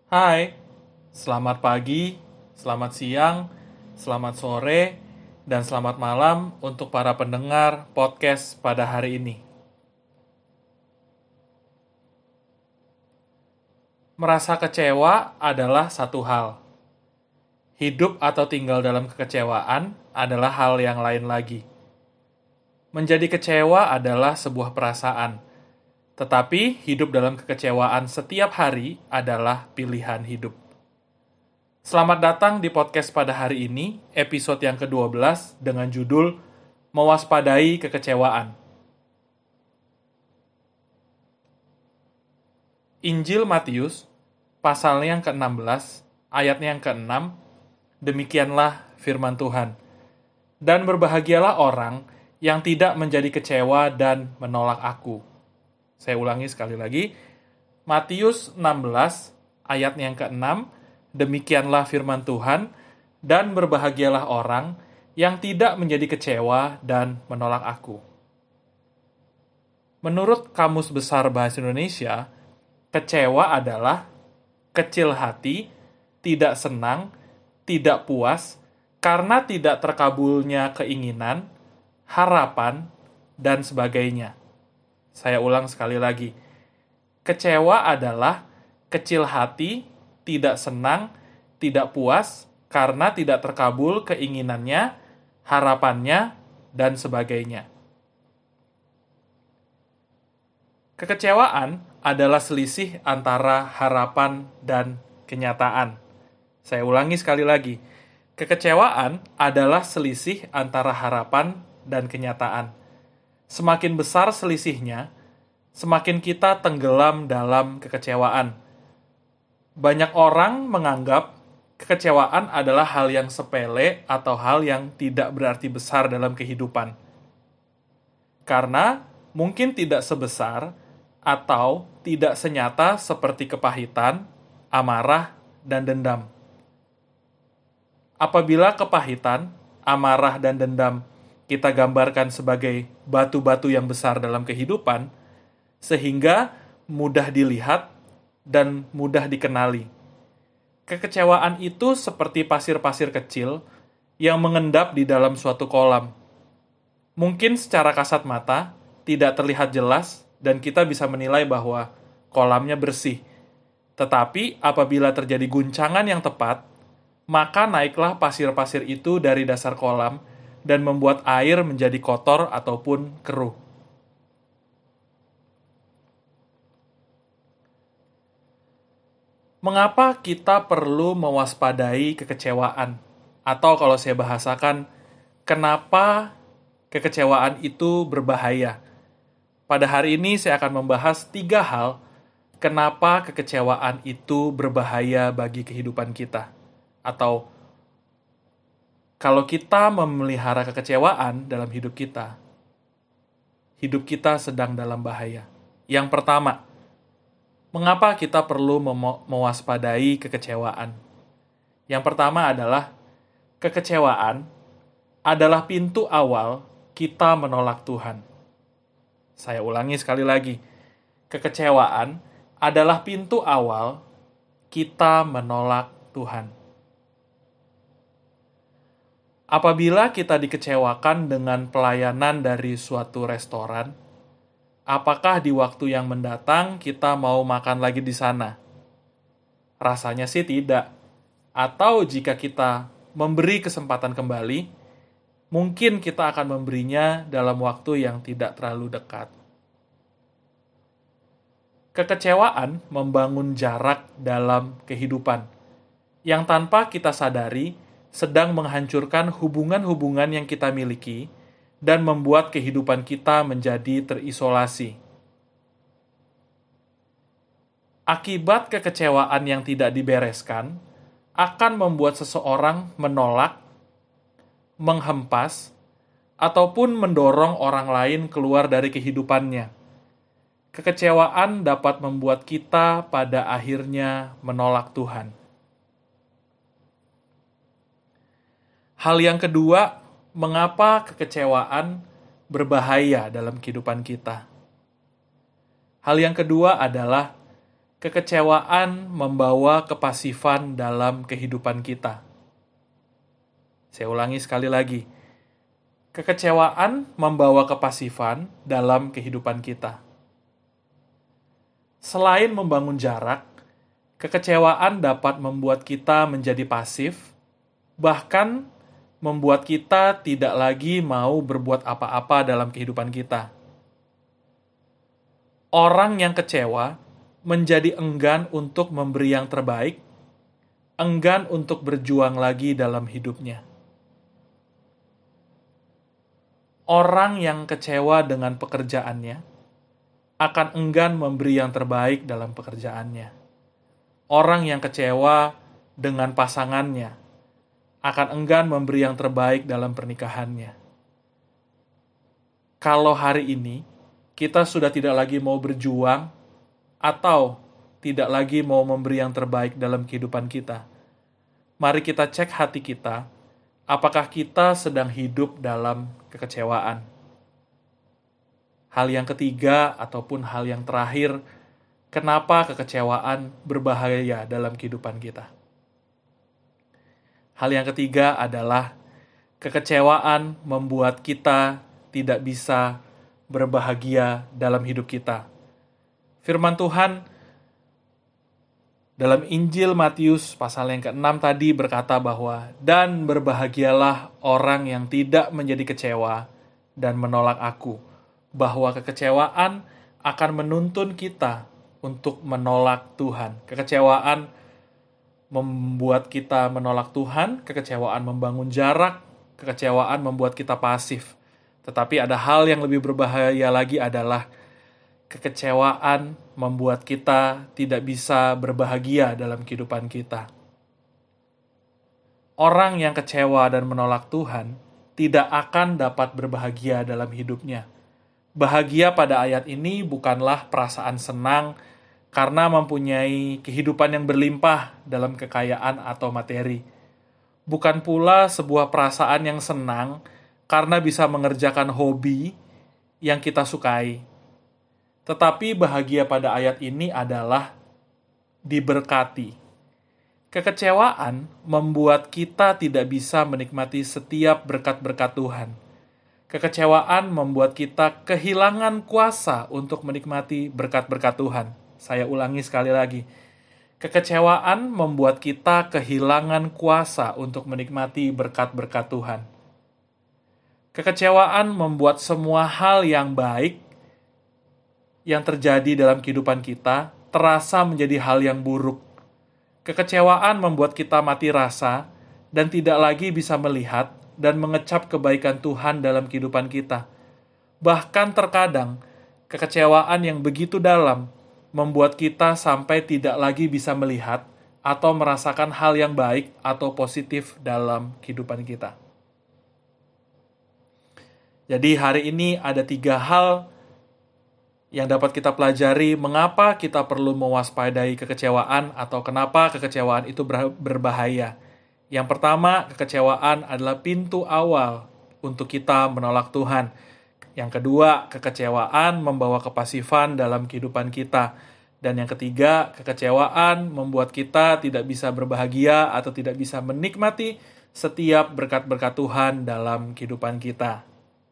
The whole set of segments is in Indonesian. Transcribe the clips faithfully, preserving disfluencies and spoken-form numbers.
Hai, selamat pagi, selamat siang, selamat sore, dan selamat malam untuk para pendengar podcast pada hari ini. Merasa kecewa adalah satu hal. Hidup atau tinggal dalam kekecewaan adalah hal yang lain lagi. Menjadi kecewa adalah sebuah perasaan, tetapi hidup dalam kekecewaan setiap hari adalah pilihan hidup. Selamat datang di podcast pada hari ini, episode yang kedua belas dengan judul Mewaspadai Kekecewaan. Injil Matius, pasalnya yang keenam belas, ayatnya yang keenam, demikianlah firman Tuhan. Dan berbahagialah orang yang tidak menjadi kecewa dan menolak aku. Saya ulangi sekali lagi, Matius enam belas, ayatnya yang keenam, demikianlah firman Tuhan, dan berbahagialah orang yang tidak menjadi kecewa dan menolak aku. Menurut Kamus Besar Bahasa Indonesia, kecewa adalah kecil hati, tidak senang, tidak puas, karena tidak terkabulnya keinginan, harapan, dan sebagainya. Saya ulang sekali lagi. Kecewa adalah kecil hati, tidak senang, tidak puas, karena tidak terkabul keinginannya, harapannya, dan sebagainya. Kekecewaan adalah selisih antara harapan dan kenyataan. Saya ulangi sekali lagi. Kekecewaan adalah selisih antara harapan dan kenyataan. Semakin besar selisihnya, semakin kita tenggelam dalam kekecewaan. Banyak orang menganggap kekecewaan adalah hal yang sepele atau hal yang tidak berarti besar dalam kehidupan. Karena mungkin tidak sebesar atau tidak senyata seperti kepahitan, amarah, dan dendam. Apabila kepahitan, amarah, dan dendam kita gambarkan sebagai batu-batu yang besar dalam kehidupan, sehingga mudah dilihat dan mudah dikenali. Kekecewaan itu seperti pasir-pasir kecil yang mengendap di dalam suatu kolam. Mungkin secara kasat mata tidak terlihat jelas dan kita bisa menilai bahwa kolamnya bersih. Tetapi apabila terjadi guncangan yang tepat, maka naiklah pasir-pasir itu dari dasar kolam dan membuat air menjadi kotor ataupun keruh. Mengapa kita perlu mewaspadai kekecewaan? Atau kalau saya bahasakan, kenapa kekecewaan itu berbahaya? Pada hari ini saya akan membahas tiga hal kenapa kekecewaan itu berbahaya bagi kehidupan kita. Atau kalau kita memelihara kekecewaan dalam hidup kita, hidup kita sedang dalam bahaya. Yang pertama, mengapa kita perlu mem- mewaspadai kekecewaan? Yang pertama adalah, kekecewaan adalah pintu awal kita menolak Tuhan. Saya ulangi sekali lagi, kekecewaan adalah pintu awal kita menolak Tuhan. Apabila kita dikecewakan dengan pelayanan dari suatu restoran, apakah di waktu yang mendatang kita mau makan lagi di sana? Rasanya sih tidak. Atau jika kita memberi kesempatan kembali, mungkin kita akan memberinya dalam waktu yang tidak terlalu dekat. Kekecewaan membangun jarak dalam kehidupan, yang tanpa kita sadari sedang menghancurkan hubungan-hubungan yang kita miliki dan membuat kehidupan kita menjadi terisolasi. Akibat kekecewaan yang tidak dibereskan akan membuat seseorang menolak, menghempas, ataupun mendorong orang lain keluar dari kehidupannya. Kekecewaan dapat membuat kita pada akhirnya menolak Tuhan. Hal yang kedua, mengapa kekecewaan berbahaya dalam kehidupan kita? Hal yang kedua adalah kekecewaan membawa kepasifan dalam kehidupan kita. Saya ulangi sekali lagi. Kekecewaan membawa kepasifan dalam kehidupan kita. Selain membangun jarak, kekecewaan dapat membuat kita menjadi pasif, bahkan membuat kita tidak lagi mau berbuat apa-apa dalam kehidupan kita. Orang yang kecewa menjadi enggan untuk memberi yang terbaik, enggan untuk berjuang lagi dalam hidupnya. Orang yang kecewa dengan pekerjaannya akan enggan memberi yang terbaik dalam pekerjaannya. Orang yang kecewa dengan pasangannya akan enggan memberi yang terbaik dalam pernikahannya. Kalau hari ini kita sudah tidak lagi mau berjuang atau tidak lagi mau memberi yang terbaik dalam kehidupan kita, mari kita cek hati kita, apakah kita sedang hidup dalam kekecewaan. Hal yang ketiga ataupun hal yang terakhir, kenapa kekecewaan berbahaya dalam kehidupan kita? Hal yang ketiga adalah kekecewaan membuat kita tidak bisa berbahagia dalam hidup kita. Firman Tuhan dalam Injil Matius pasal yang keenam tadi berkata bahwa, "Dan berbahagialah orang yang tidak menjadi kecewa dan menolak aku," bahwa kekecewaan akan menuntun kita untuk menolak Tuhan. Kekecewaan membuat kita menolak Tuhan, kekecewaan membangun jarak, kekecewaan membuat kita pasif. Tetapi ada hal yang lebih berbahaya lagi adalah kekecewaan membuat kita tidak bisa berbahagia dalam kehidupan kita. Orang yang kecewa dan menolak Tuhan tidak akan dapat berbahagia dalam hidupnya. Bahagia pada ayat ini bukanlah perasaan senang karena mempunyai kehidupan yang berlimpah dalam kekayaan atau materi. Bukan pula sebuah perasaan yang senang karena bisa mengerjakan hobi yang kita sukai. Tetapi bahagia pada ayat ini adalah diberkati. Kekecewaan membuat kita tidak bisa menikmati setiap berkat-berkat Tuhan. Kekecewaan membuat kita kehilangan kuasa untuk menikmati berkat-berkat Tuhan. Saya ulangi sekali lagi. Kekecewaan membuat kita kehilangan kuasa untuk menikmati berkat-berkat Tuhan. Kekecewaan membuat semua hal yang baik yang terjadi dalam kehidupan kita terasa menjadi hal yang buruk. Kekecewaan membuat kita mati rasa dan tidak lagi bisa melihat dan mengecap kebaikan Tuhan dalam kehidupan kita. Bahkan terkadang, kekecewaan yang begitu dalam membuat kita sampai tidak lagi bisa melihat atau merasakan hal yang baik atau positif dalam kehidupan kita. Jadi hari ini ada tiga hal yang dapat kita pelajari mengapa kita perlu mewaspadai kekecewaan atau kenapa kekecewaan itu berbahaya. Yang pertama, kekecewaan adalah pintu awal untuk kita menolak Tuhan. Yang kedua, kekecewaan membawa kepasifan dalam kehidupan kita. Dan yang ketiga, kekecewaan membuat kita tidak bisa berbahagia atau tidak bisa menikmati setiap berkat-berkat Tuhan dalam kehidupan kita.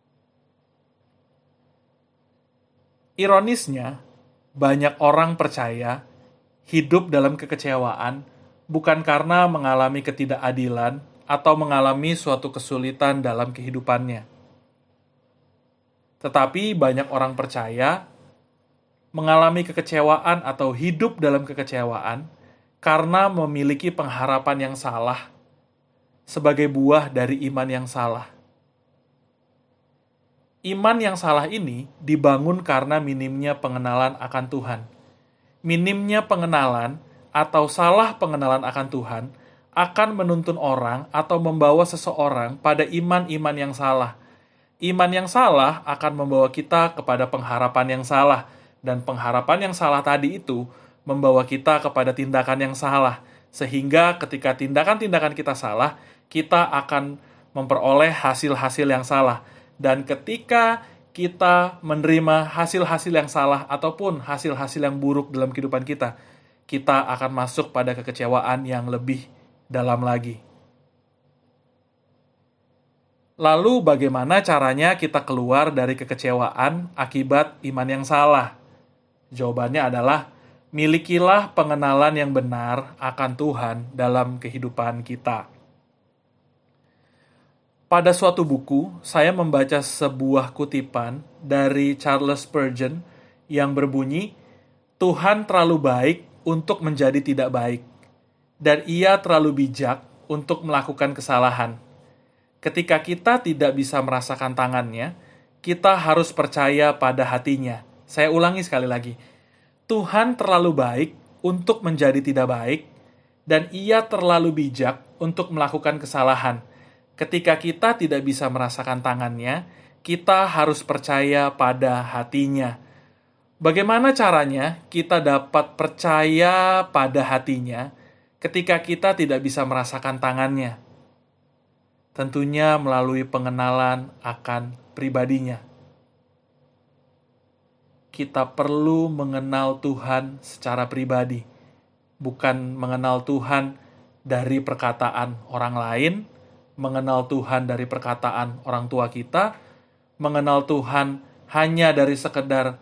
Ironisnya, banyak orang percaya hidup dalam kekecewaan bukan karena mengalami ketidakadilan atau mengalami suatu kesulitan dalam kehidupannya. Tetapi banyak orang percaya mengalami kekecewaan atau hidup dalam kekecewaan karena memiliki pengharapan yang salah sebagai buah dari iman yang salah. Iman yang salah ini dibangun karena minimnya pengenalan akan Tuhan. Minimnya pengenalan atau salah pengenalan akan Tuhan akan menuntun orang atau membawa seseorang pada iman-iman yang salah. Iman yang salah akan membawa kita kepada pengharapan yang salah, dan pengharapan yang salah tadi itu membawa kita kepada tindakan yang salah, sehingga ketika tindakan-tindakan kita salah, kita akan memperoleh hasil-hasil yang salah. Dan ketika kita menerima hasil-hasil yang salah ataupun hasil-hasil yang buruk dalam kehidupan kita, kita akan masuk pada kekecewaan yang lebih dalam lagi. Lalu bagaimana caranya kita keluar dari kekecewaan akibat iman yang salah? Jawabannya adalah, milikilah pengenalan yang benar akan Tuhan dalam kehidupan kita. Pada suatu buku, saya membaca sebuah kutipan dari Charles Spurgeon yang berbunyi, Tuhan terlalu baik untuk menjadi tidak baik, dan Ia terlalu bijak untuk melakukan kesalahan. Ketika kita tidak bisa merasakan tangannya, kita harus percaya pada hatinya. Saya ulangi sekali lagi. Tuhan terlalu baik untuk menjadi tidak baik, dan Ia terlalu bijak untuk melakukan kesalahan. Ketika kita tidak bisa merasakan tangannya, kita harus percaya pada hatinya. Bagaimana caranya kita dapat percaya pada hatinya ketika kita tidak bisa merasakan tangannya? Tentunya melalui pengenalan akan pribadinya. Kita perlu mengenal Tuhan secara pribadi, bukan mengenal Tuhan dari perkataan orang lain, mengenal Tuhan dari perkataan orang tua kita, mengenal Tuhan hanya dari sekedar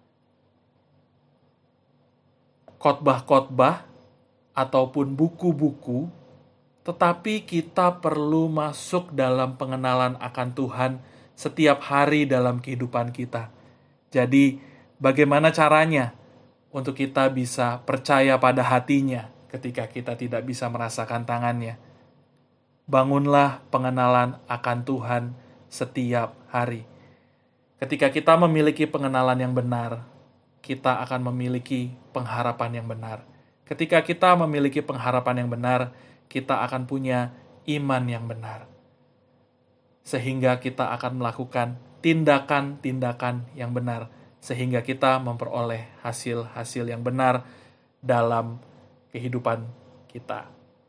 khotbah-khotbah ataupun buku-buku, tetapi kita perlu masuk dalam pengenalan akan Tuhan setiap hari dalam kehidupan kita. Jadi, bagaimana caranya untuk kita bisa percaya pada hatinya ketika kita tidak bisa merasakan tangannya? Bangunlah pengenalan akan Tuhan setiap hari. Ketika kita memiliki pengenalan yang benar, kita akan memiliki pengharapan yang benar. Ketika kita memiliki pengharapan yang benar, kita akan punya iman yang benar. Sehingga kita akan melakukan tindakan-tindakan yang benar. Sehingga kita memperoleh hasil-hasil yang benar dalam kehidupan kita.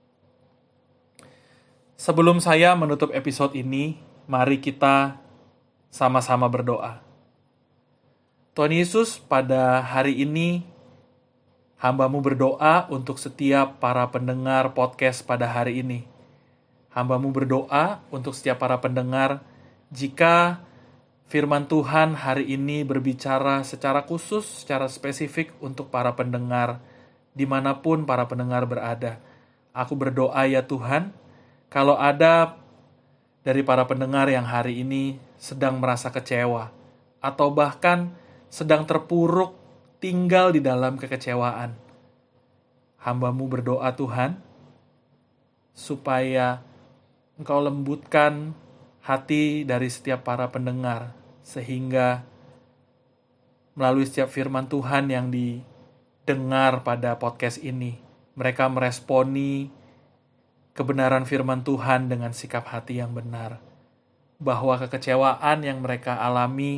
Sebelum saya menutup episode ini, mari kita sama-sama berdoa. Tuhan Yesus, pada hari ini, hamba-Mu berdoa untuk setiap para pendengar podcast pada hari ini. Hamba-Mu berdoa untuk setiap para pendengar, jika firman Tuhan hari ini berbicara secara khusus, secara spesifik untuk para pendengar, dimanapun para pendengar berada. Aku berdoa ya Tuhan, kalau ada dari para pendengar yang hari ini sedang merasa kecewa, atau bahkan sedang terpuruk tinggal di dalam kekecewaan, hamba-Mu berdoa Tuhan, supaya Engkau lembutkan hati dari setiap para pendengar, sehingga melalui setiap firman Tuhan yang didengar pada podcast ini, mereka meresponi kebenaran firman Tuhan dengan sikap hati yang benar, bahwa kekecewaan yang mereka alami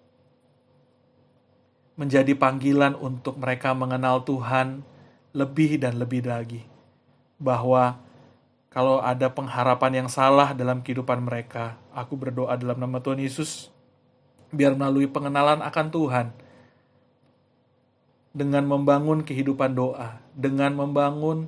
menjadi panggilan untuk mereka mengenal Tuhan lebih dan lebih lagi, bahwa kalau ada pengharapan yang salah dalam kehidupan mereka, aku berdoa dalam nama Tuhan Yesus, biar melalui pengenalan akan Tuhan, dengan membangun kehidupan doa, dengan membangun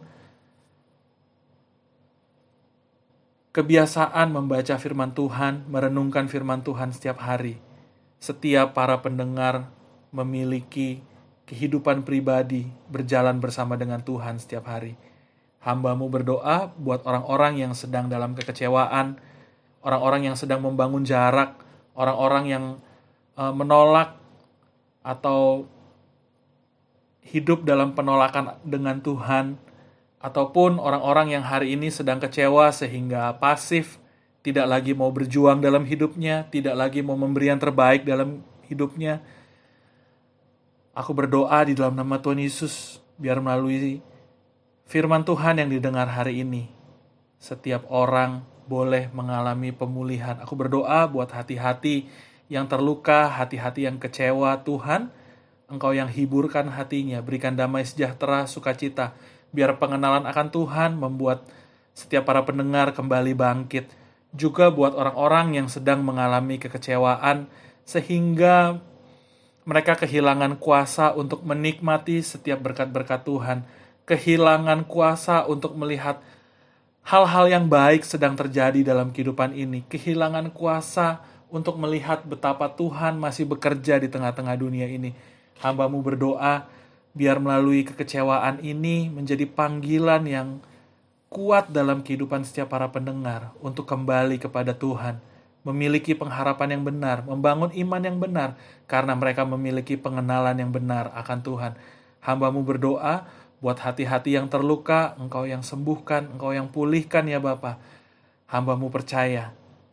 kebiasaan membaca firman Tuhan, merenungkan firman Tuhan setiap hari, setiap para pendengar memiliki kehidupan pribadi berjalan bersama dengan Tuhan setiap hari. Hamba-Mu berdoa buat orang-orang yang sedang dalam kekecewaan, orang-orang yang sedang membangun jarak, orang-orang yang uh, menolak atau hidup dalam penolakan dengan Tuhan, ataupun orang-orang yang hari ini sedang kecewa sehingga pasif, tidak lagi mau berjuang dalam hidupnya, tidak lagi mau memberi yang terbaik dalam hidupnya. Aku berdoa di dalam nama Tuhan Yesus, biar melalui firman Tuhan yang didengar hari ini, setiap orang boleh mengalami pemulihan. Aku berdoa buat hati-hati yang terluka, hati-hati yang kecewa. Tuhan, Engkau yang hiburkan hatinya, berikan damai sejahtera, sukacita, biar pengenalan akan Tuhan membuat setiap para pendengar kembali bangkit. Juga buat orang-orang yang sedang mengalami kekecewaan, sehingga Mereka kehilangan kuasa untuk menikmati setiap berkat-berkat Tuhan, kehilangan kuasa untuk melihat hal-hal yang baik sedang terjadi dalam kehidupan ini, kehilangan kuasa untuk melihat betapa Tuhan masih bekerja di tengah-tengah dunia ini. Hamba-Mu berdoa, biar melalui kekecewaan ini menjadi panggilan yang kuat dalam kehidupan setiap para pendengar untuk kembali kepada Tuhan, memiliki pengharapan yang benar, membangun iman yang benar, karena mereka memiliki pengenalan yang benar akan Tuhan. Hamba-Mu berdoa, buat hati-hati yang terluka, Engkau yang sembuhkan, Engkau yang pulihkan ya Bapa. Hamba-Mu percaya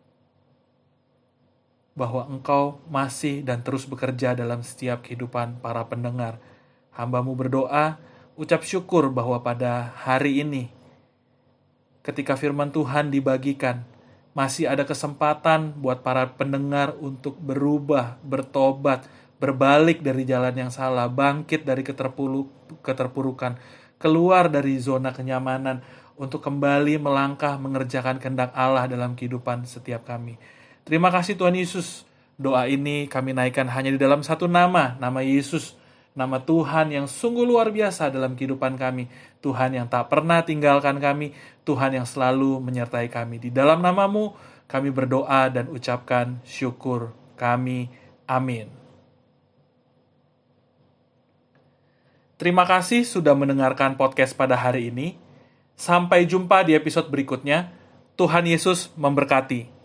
bahwa Engkau masih dan terus bekerja dalam setiap kehidupan para pendengar. Hamba-Mu berdoa, ucap syukur bahwa pada hari ini, ketika firman Tuhan dibagikan, masih ada kesempatan buat para pendengar untuk berubah, bertobat, berbalik dari jalan yang salah, bangkit dari keterpurukan, keluar dari zona kenyamanan, untuk kembali melangkah mengerjakan kehendak Allah dalam kehidupan setiap kami. Terima kasih Tuhan Yesus. Doa ini kami naikkan hanya di dalam satu nama, nama Yesus, nama Tuhan yang sungguh luar biasa dalam kehidupan kami, Tuhan yang tak pernah tinggalkan kami, Tuhan yang selalu menyertai kami. Di dalam nama-Mu kami berdoa dan ucapkan syukur kami. Amin. Terima kasih sudah mendengarkan podcast pada hari ini. Sampai jumpa di episode berikutnya. Tuhan Yesus memberkati.